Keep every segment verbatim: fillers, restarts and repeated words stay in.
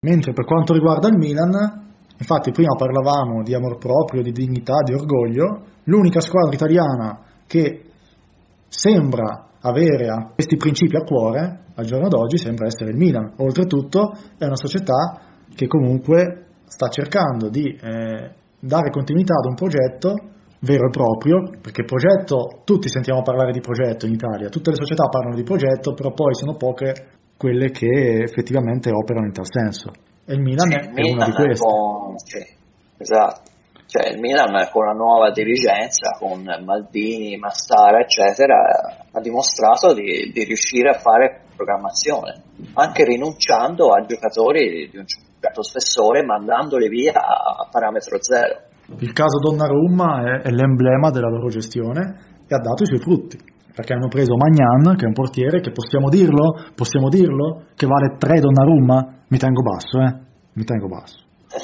Mentre per quanto riguarda il Milan, infatti prima parlavamo di amor proprio, di dignità, di orgoglio, l'unica squadra italiana che sembra avere questi principi a cuore al giorno d'oggi sembra essere il Milan. Oltretutto è una società che comunque sta cercando di eh, dare continuità ad un progetto vero e proprio, perché progetto, tutti sentiamo parlare di progetto in Italia, tutte le società parlano di progetto, però poi sono poche quelle che effettivamente operano in tal senso. E il Milan sì, è, il è una di Milan queste. Con, sì, esatto. Cioè il Milan con la nuova dirigenza, con Maldini, Massara, eccetera, ha dimostrato di, di riuscire a fare programmazione, anche rinunciando a giocatori di un certo spessore, mandandoli via a parametro zero. Il caso Donnarumma è, è l'emblema della loro gestione e ha dato i suoi frutti, perché hanno preso Maignan, che è un portiere che possiamo dirlo, possiamo dirlo, che vale tre Donnarumma? Mi tengo basso, eh? Mi tengo basso.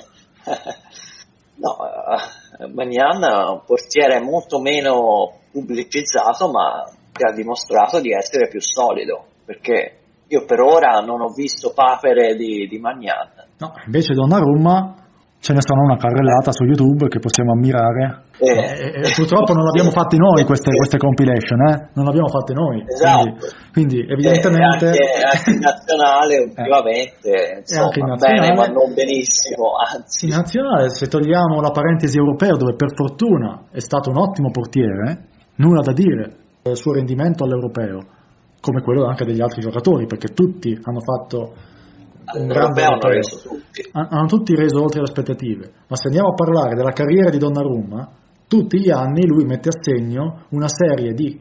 No, uh, Maignan è un portiere molto meno pubblicizzato, ma che ha dimostrato di essere più solido, perché io per ora non ho visto papere di, di Maignan. No, invece Donnarumma ce ne sono una carrellata su YouTube che possiamo ammirare. Eh, e, e purtroppo non l'abbiamo fatte noi queste, queste compilation, eh? Non l'abbiamo fatte noi. Esatto. Quindi, quindi evidentemente... Eh, anche, anche in nazionale ultimamente, eh, insomma, anche in va nazionale, bene, ma non benissimo, anzi. In nazionale, se togliamo la parentesi europea, dove per fortuna è stato un ottimo portiere, nulla da dire del suo rendimento all'europeo, come quello anche degli altri giocatori, perché tutti hanno fatto... All'europeo hanno reso tutti. Hanno tutti reso oltre le aspettative, ma se andiamo a parlare della carriera di Donnarumma, tutti gli anni lui mette a segno una serie di,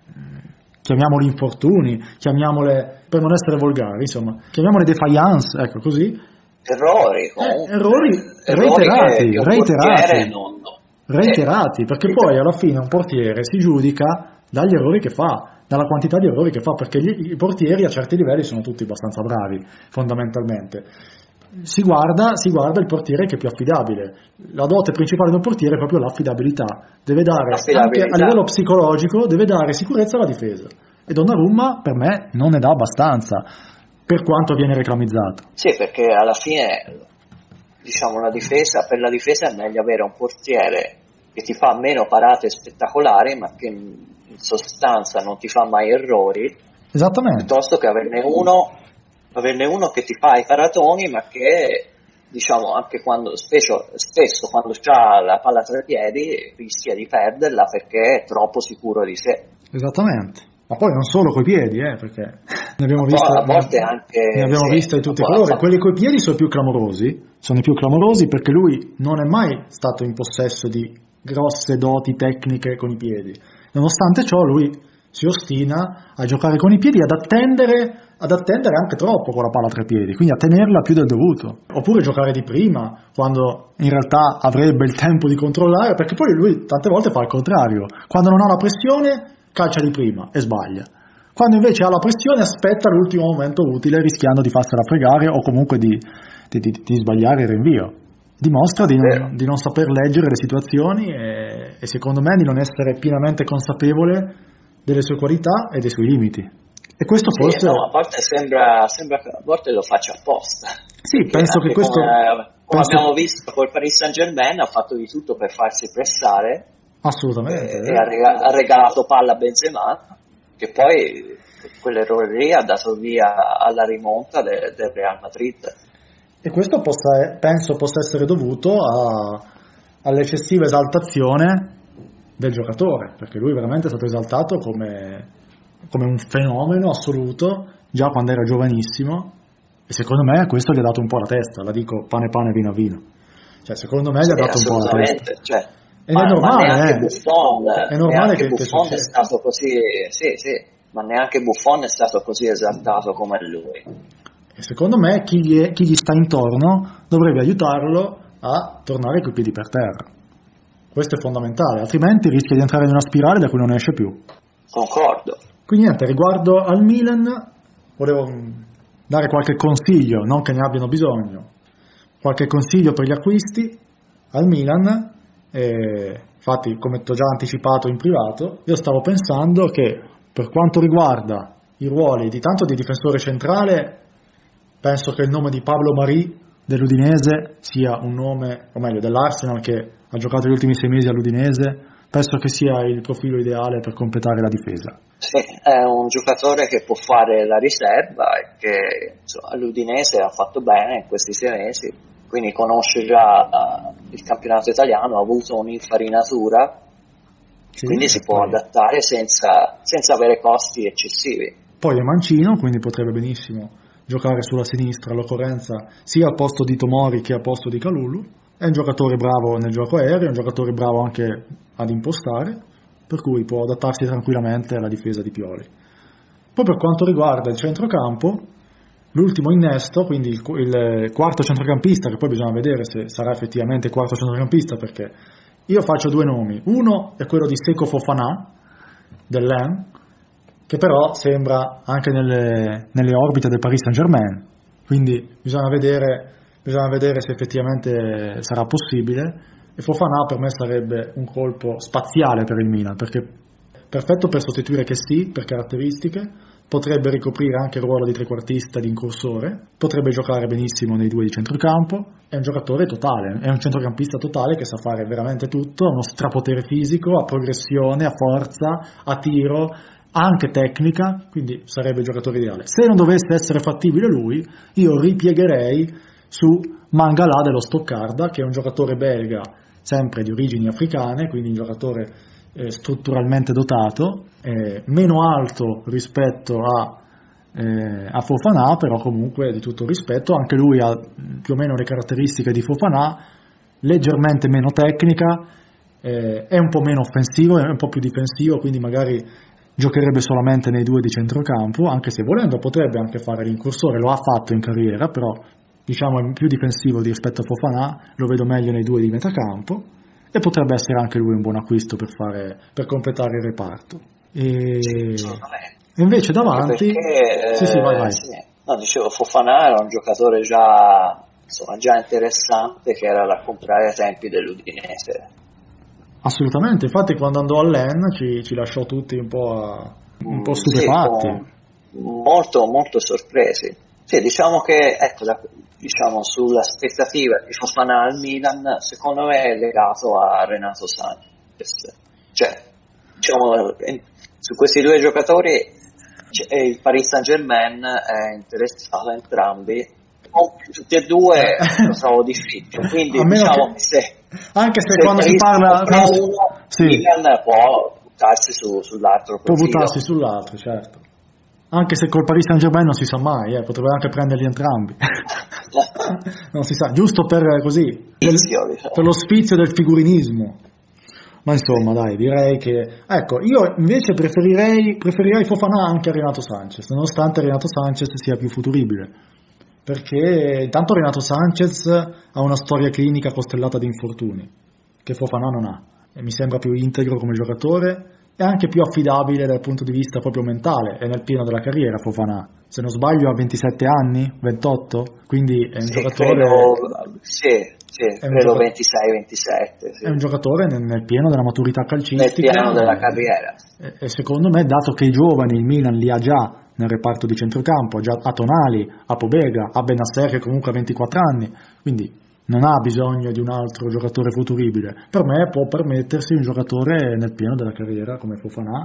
chiamiamoli infortuni, chiamiamole, per non essere volgari, insomma, chiamiamole defiance, ecco così. Errori, eh, errori reiterati, che, che reiterati, non, no. reiterati, perché eh. poi alla fine un portiere si giudica dagli errori che fa, dalla quantità di errori che fa, perché gli, i portieri a certi livelli sono tutti abbastanza bravi, fondamentalmente. Si guarda, si guarda il portiere che è più affidabile. La dote principale di un portiere è proprio l'affidabilità. Deve dare, anche a livello psicologico, deve dare sicurezza alla difesa. E Donnarumma, per me, non ne dà abbastanza, per quanto viene reclamizzato. Sì, perché alla fine, diciamo, la difesa, per la difesa è meglio avere un portiere che ti fa meno parate spettacolari, ma che in sostanza non ti fa mai errori, esattamente, piuttosto che averne uno averne uno che ti fa i paratoni, ma che, diciamo, anche quando spesso, spesso quando ha la palla tra i piedi rischia di perderla perché è troppo sicuro di sé. Esattamente, ma poi non solo coi piedi, eh, perché ne abbiamo viste, a volte anche ne abbiamo sì, viste di tutti i colori. Quelli coi piedi sono più clamorosi, sono i più clamorosi perché lui non è mai stato in possesso di grosse doti tecniche con i piedi. Nonostante ciò lui si ostina a giocare con i piedi, ad attendere, ad attendere anche troppo con la palla tra i piedi, quindi a tenerla più del dovuto. Oppure giocare di prima, quando in realtà avrebbe il tempo di controllare, perché poi lui tante volte fa il contrario. Quando non ha la pressione, calcia di prima e sbaglia. Quando invece ha la pressione, aspetta l'ultimo momento utile, rischiando di farsela fregare o comunque di, di, di, di sbagliare il rinvio. Dimostra di non, di non saper leggere le situazioni e, e secondo me di non essere pienamente consapevole delle sue qualità e dei suoi limiti. E questo sì, forse... No, a volte sembra, sembra che a volte lo faccia apposta. Sì, penso che questo... Come, come penso... abbiamo visto col Paris Saint-Germain, ha fatto di tutto per farsi pressare. Assolutamente. E, e ha, rega- ha regalato palla a Benzema, che poi quell'errore lì ha dato via alla rimonta de- del Real Madrid. E questo possa, penso possa essere dovuto a, all'eccessiva esaltazione del giocatore, perché lui veramente è stato esaltato come, come un fenomeno assoluto già quando era giovanissimo, e secondo me questo gli ha dato un po' la testa, la dico pane pane vino vino, cioè secondo me sì, gli ha dato un po' la testa, cioè, e ma, è normale, ma neanche eh. Buffon, è normale che, Buffon che è stato così, sì, sì, ma neanche Buffon è stato così esaltato come lui. E secondo me chi gli, è, chi gli sta intorno dovrebbe aiutarlo a tornare coi piedi per terra. Questo è fondamentale, altrimenti rischia di entrare in una spirale da cui non esce più. Concordo. Quindi niente, riguardo al Milan, volevo dare qualche consiglio, non che ne abbiano bisogno, qualche consiglio per gli acquisti al Milan. E infatti, come ti ho già anticipato in privato, io stavo pensando che per quanto riguarda i ruoli di tanto di difensore centrale, penso che il nome di Pablo Mari dell'Udinese sia un nome, o meglio dell'Arsenal, che ha giocato gli ultimi sei mesi all'Udinese, penso che sia il profilo ideale per completare la difesa. Sì, è un giocatore che può fare la riserva e che insomma, l'Udinese ha fatto bene in questi sei mesi, quindi conosce già uh, il campionato italiano, ha avuto un'infarinatura, sì, quindi si può poi adattare senza, senza avere costi eccessivi. Poi è mancino, quindi potrebbe benissimo giocare sulla sinistra all'occorrenza sia al posto di Tomori che al posto di Kalulu. È un giocatore bravo nel gioco aereo, è un giocatore bravo anche ad impostare, per cui può adattarsi tranquillamente alla difesa di Pioli. Poi per quanto riguarda il centrocampo, l'ultimo innesto, quindi il, il quarto centrocampista, che poi bisogna vedere se sarà effettivamente il quarto centrocampista, perché io faccio due nomi. Uno è quello di Seko Fofana dell'En, che però sembra anche nelle, nelle orbite del Paris Saint-Germain, quindi bisogna vedere, bisogna vedere se effettivamente sarà possibile. E Fofana per me sarebbe un colpo spaziale per il Milan, perché perfetto per sostituire Kessie per caratteristiche, potrebbe ricoprire anche il ruolo di trequartista e di incursore, potrebbe giocare benissimo nei due di centrocampo, è un giocatore totale, è un centrocampista totale che sa fare veramente tutto, ha uno strapotere fisico, a progressione, a forza, a tiro, anche tecnica, quindi sarebbe il giocatore ideale. Se non dovesse essere fattibile lui, io ripiegherei su Mangala dello Stoccarda, che è un giocatore belga sempre di origini africane, quindi un giocatore eh, strutturalmente dotato, eh, meno alto rispetto a, eh, a Fofana, però comunque di tutto rispetto, anche lui ha più o meno le caratteristiche di Fofana, leggermente meno tecnica, eh, è un po' meno offensivo, è un po' più difensivo, quindi magari giocherebbe solamente nei due di centrocampo, anche se volendo potrebbe anche fare l'incursore, lo ha fatto in carriera, però diciamo è più difensivo rispetto a Fofana, lo vedo meglio nei due di metacampo, e potrebbe essere anche lui un buon acquisto per, fare, per completare il reparto. E, sì, e invece davanti perché, sì, sì, vai, vai. Sì. No, dicevo, Fofana era un giocatore già, insomma, già interessante, che era da comprare ai tempi dell'Udinese. Assolutamente, infatti quando andò all'En ci, ci lasciò tutti un po', a, un po' stupefatti, sì, molto molto sorpresi. Sì, diciamo che ecco, da, diciamo sull'aspettativa di Fofana al Milan, secondo me è legato a Renato Sanchez. Cioè, diciamo, su questi due giocatori cioè, il Paris Saint-Germain è interessato a entrambi, tutti e due lo trovo difficile, quindi diciamo che, se, anche se, se quando si parla uno, sì, Milan può buttarsi su, sull'altro può profilo. buttarsi sull'altro, certo, anche se col Paris Saint-Germain non si sa mai, eh, potrebbe anche prenderli entrambi non si sa, giusto per così per, per lo sfizio del figurinismo. Ma insomma dai, direi che ecco, io invece preferirei preferirei Fofana anche a Renato Sanchez, nonostante Renato Sanchez sia più futuribile, perché intanto Renato Sanchez ha una storia clinica costellata di infortuni che Fofana non ha, e mi sembra più integro come giocatore e anche più affidabile dal punto di vista proprio mentale, è nel pieno della carriera Fofana, se non sbaglio ha ventisette anni, ventotto, quindi è un sì, giocatore credo, sì, sì, è un credo gioca- ventisei ventisette, sì. È un giocatore nel, nel pieno della maturità calcistica, nel pieno della carriera, e, e secondo me, dato che i giovani il Milan li ha già nel reparto di centrocampo, già a Tonali, a Pobega, a Benasser che comunque ha ventiquattro anni, quindi non ha bisogno di un altro giocatore futuribile. Per me può permettersi un giocatore nel pieno della carriera come Fofana,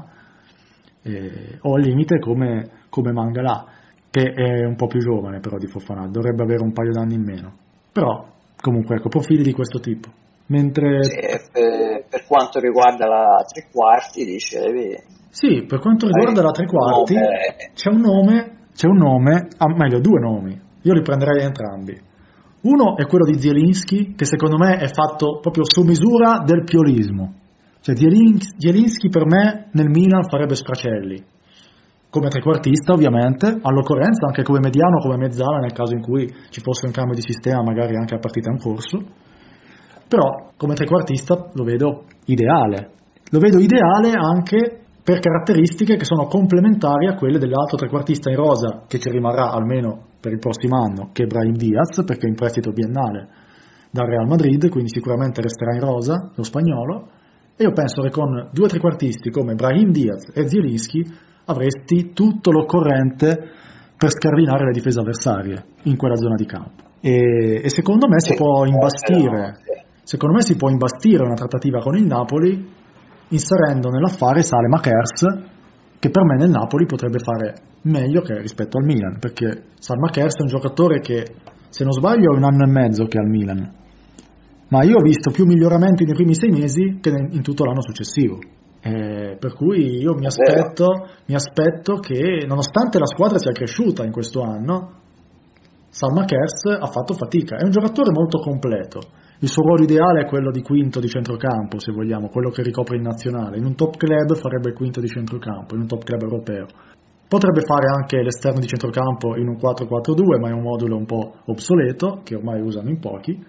eh, o al limite come, come Mangala, che è un po' più giovane però di Fofana, dovrebbe avere un paio d'anni in meno, però comunque ecco, profili di questo tipo. Mentre sì, per, per quanto riguarda la tre quarti dicevi, sì, per quanto riguarda la tre quarti nome... c'è un nome, c'è un nome, ah, meglio due nomi, io li prenderei entrambi. Uno è quello di Zielinski, che secondo me è fatto proprio su misura del piolismo. Cioè Zielinski per me nel Milan farebbe Sfracelli, come trequartista ovviamente, all'occorrenza anche come mediano, come mezzala nel caso in cui ci fosse un cambio di sistema magari anche a partita in corso, però come trequartista lo vedo ideale, lo vedo ideale anche per caratteristiche che sono complementari a quelle dell'altro trequartista in rosa che ci rimarrà almeno per il prossimo anno, che è Brahim Diaz, perché è in prestito biennale dal Real Madrid, quindi sicuramente resterà in rosa lo spagnolo, e io penso che con due trequartisti come Brahim Diaz e Zielinski avresti tutto l'occorrente per scardinare le difese avversarie in quella zona di campo. e, e secondo me si sì, può imbastire, no, sì. secondo me si può imbastire una trattativa con il Napoli inserendo nell'affare Salem Akers, che per me nel Napoli potrebbe fare meglio che rispetto al Milan, perché Salem Akers è un giocatore che, se non sbaglio, è un anno e mezzo che è al Milan, ma io ho visto più miglioramenti nei primi sei mesi che in tutto l'anno successivo. Eh, per cui io mi aspetto, mi aspetto che, nonostante la squadra sia cresciuta in questo anno, Salem Akers ha fatto fatica. È un giocatore molto completo. Il suo ruolo ideale è quello di quinto di centrocampo, se vogliamo, quello che ricopre in nazionale. In un top club farebbe il quinto di centrocampo, in un top club europeo. Potrebbe fare anche l'esterno di centrocampo in un quattro quattro due, ma è un modulo un po' obsoleto, che ormai usano in pochi.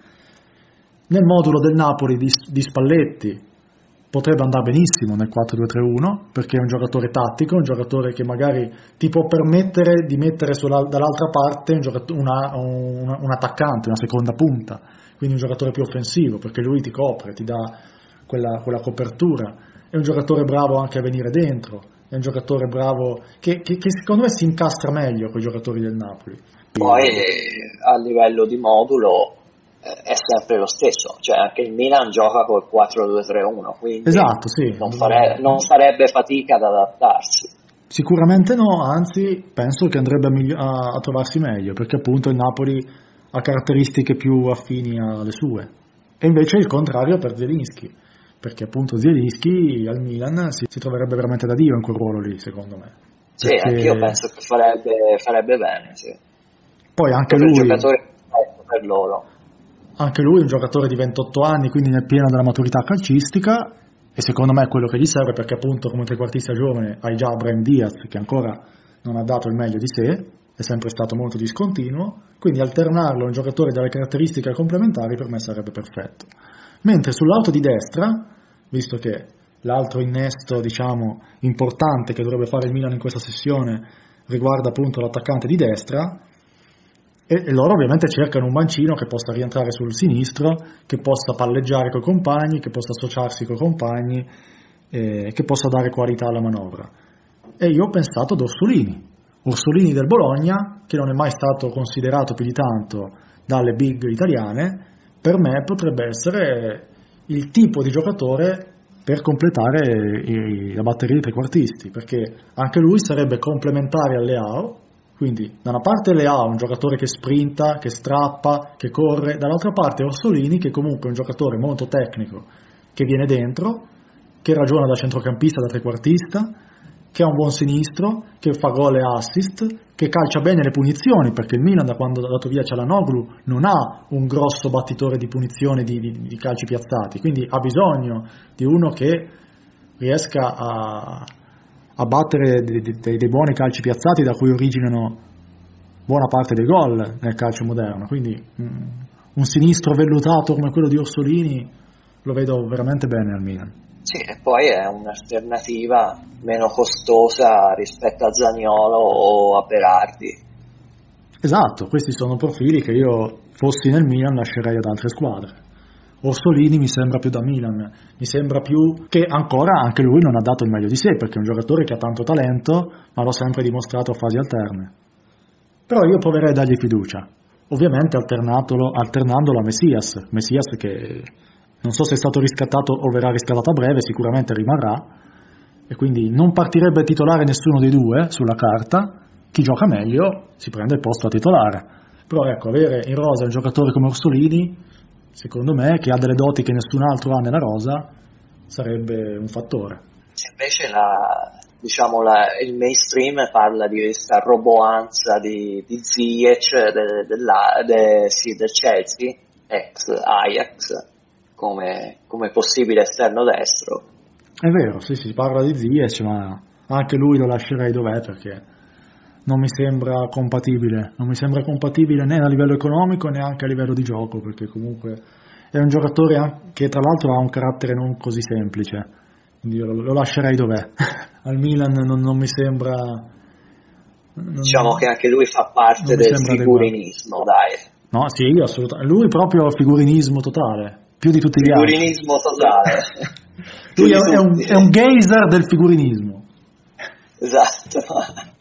Nel modulo del Napoli di, di Spalletti potrebbe andare benissimo nel quattro due tre uno, perché è un giocatore tattico, un giocatore che magari ti può permettere di mettere sulla, dall'altra parte un, una, un, un attaccante, una seconda punta, quindi un giocatore più offensivo, perché lui ti copre, ti dà quella, quella copertura. È un giocatore bravo anche a venire dentro, è un giocatore bravo che, che, che secondo me si incastra meglio con i giocatori del Napoli. Poi a livello di modulo è sempre lo stesso, cioè anche il Milan gioca col quattro due tre uno, quindi esatto, sì. non, fare, non farebbe fatica ad adattarsi. Sicuramente no, anzi penso che andrebbe a, migli- a, a trovarsi meglio, perché appunto il Napoli ha caratteristiche più affini alle sue, e invece il contrario per Zielinski, perché appunto Zielinski al Milan si, si troverebbe veramente da Dio in quel ruolo lì, secondo me. Sì, perché... anch'io penso che farebbe, farebbe bene, sì. Poi anche Proprio lui... il giocatore per loro. Anche lui è un giocatore di ventotto anni, quindi nel pieno della maturità calcistica, e secondo me è quello che gli serve, perché appunto come trequartista giovane hai già Brahim Diaz, che ancora non ha dato il meglio di sé, è sempre stato molto discontinuo, quindi alternarlo a un giocatore dalle caratteristiche complementari per me sarebbe perfetto. Mentre sull'alto di destra, visto che l'altro innesto, diciamo, importante che dovrebbe fare il Milan in questa sessione riguarda appunto l'attaccante di destra, e loro ovviamente cercano un mancino che possa rientrare sul sinistro, che possa palleggiare coi compagni, che possa associarsi coi compagni, eh, che possa dare qualità alla manovra. E io ho pensato ad Orsolini, Orsolini del Bologna, che non è mai stato considerato più di tanto dalle big italiane. Per me potrebbe essere il tipo di giocatore per completare i, la batteria di trequartisti, perché anche lui sarebbe complementare a Leao. Quindi da una parte Leao, un giocatore che sprinta, che strappa, che corre, dall'altra parte Orsolini, che comunque è un giocatore molto tecnico, che viene dentro, che ragiona da centrocampista, da trequartista, che ha un buon sinistro, che fa gol e assist, che calcia bene le punizioni, perché il Milan da quando ha dato via Çalhanoğlu non ha un grosso battitore di punizioni di, di, di calci piazzati, quindi ha bisogno di uno che riesca a... a battere dei, dei, dei buoni calci piazzati da cui originano buona parte dei gol nel calcio moderno. Quindi mm, un sinistro vellutato come quello di Orsolini lo vedo veramente bene al Milan. Sì, e poi è un'alternativa meno costosa rispetto a Zaniolo o a Berardi. Esatto, questi sono profili che io, fossi nel Milan, lascerei ad altre squadre. Orsolini mi sembra più da Milan, mi sembra più che ancora anche lui non ha dato il meglio di sé, perché è un giocatore che ha tanto talento, ma l'ho sempre dimostrato a fasi alterne. Però io proverei a dargli fiducia, ovviamente alternandolo, alternandolo a Messias, Messias che non so se è stato riscattato o verrà riscattato a breve, sicuramente rimarrà, e quindi non partirebbe titolare nessuno dei due sulla carta, chi gioca meglio si prende il posto a titolare. Però ecco, avere in rosa un giocatore come Orsolini, secondo me, che ha delle doti che nessun altro ha nella rosa, sarebbe un fattore. Invece la, diciamo la, il mainstream parla di questa roboanza di, di Ziyech de, de, de, sì, del Chelsea, ex Ajax, come, come possibile esterno destro. È vero, sì, si parla di Ziyech, ma anche lui lo lascerei dov'è, perché non mi sembra compatibile, non mi sembra compatibile né a livello economico neanche a livello di gioco, perché comunque è un giocatore che tra l'altro ha un carattere non così semplice, quindi io lo, lo lascerei dov'è. Al Milan non, non mi sembra... Non, diciamo che anche lui fa parte del figurinismo, dai. No, sì, assolutamente. Lui proprio figurinismo totale, più di tutti gli altri. Figurinismo totale. Lui è, è, un, è un geyser del figurinismo. Esatto.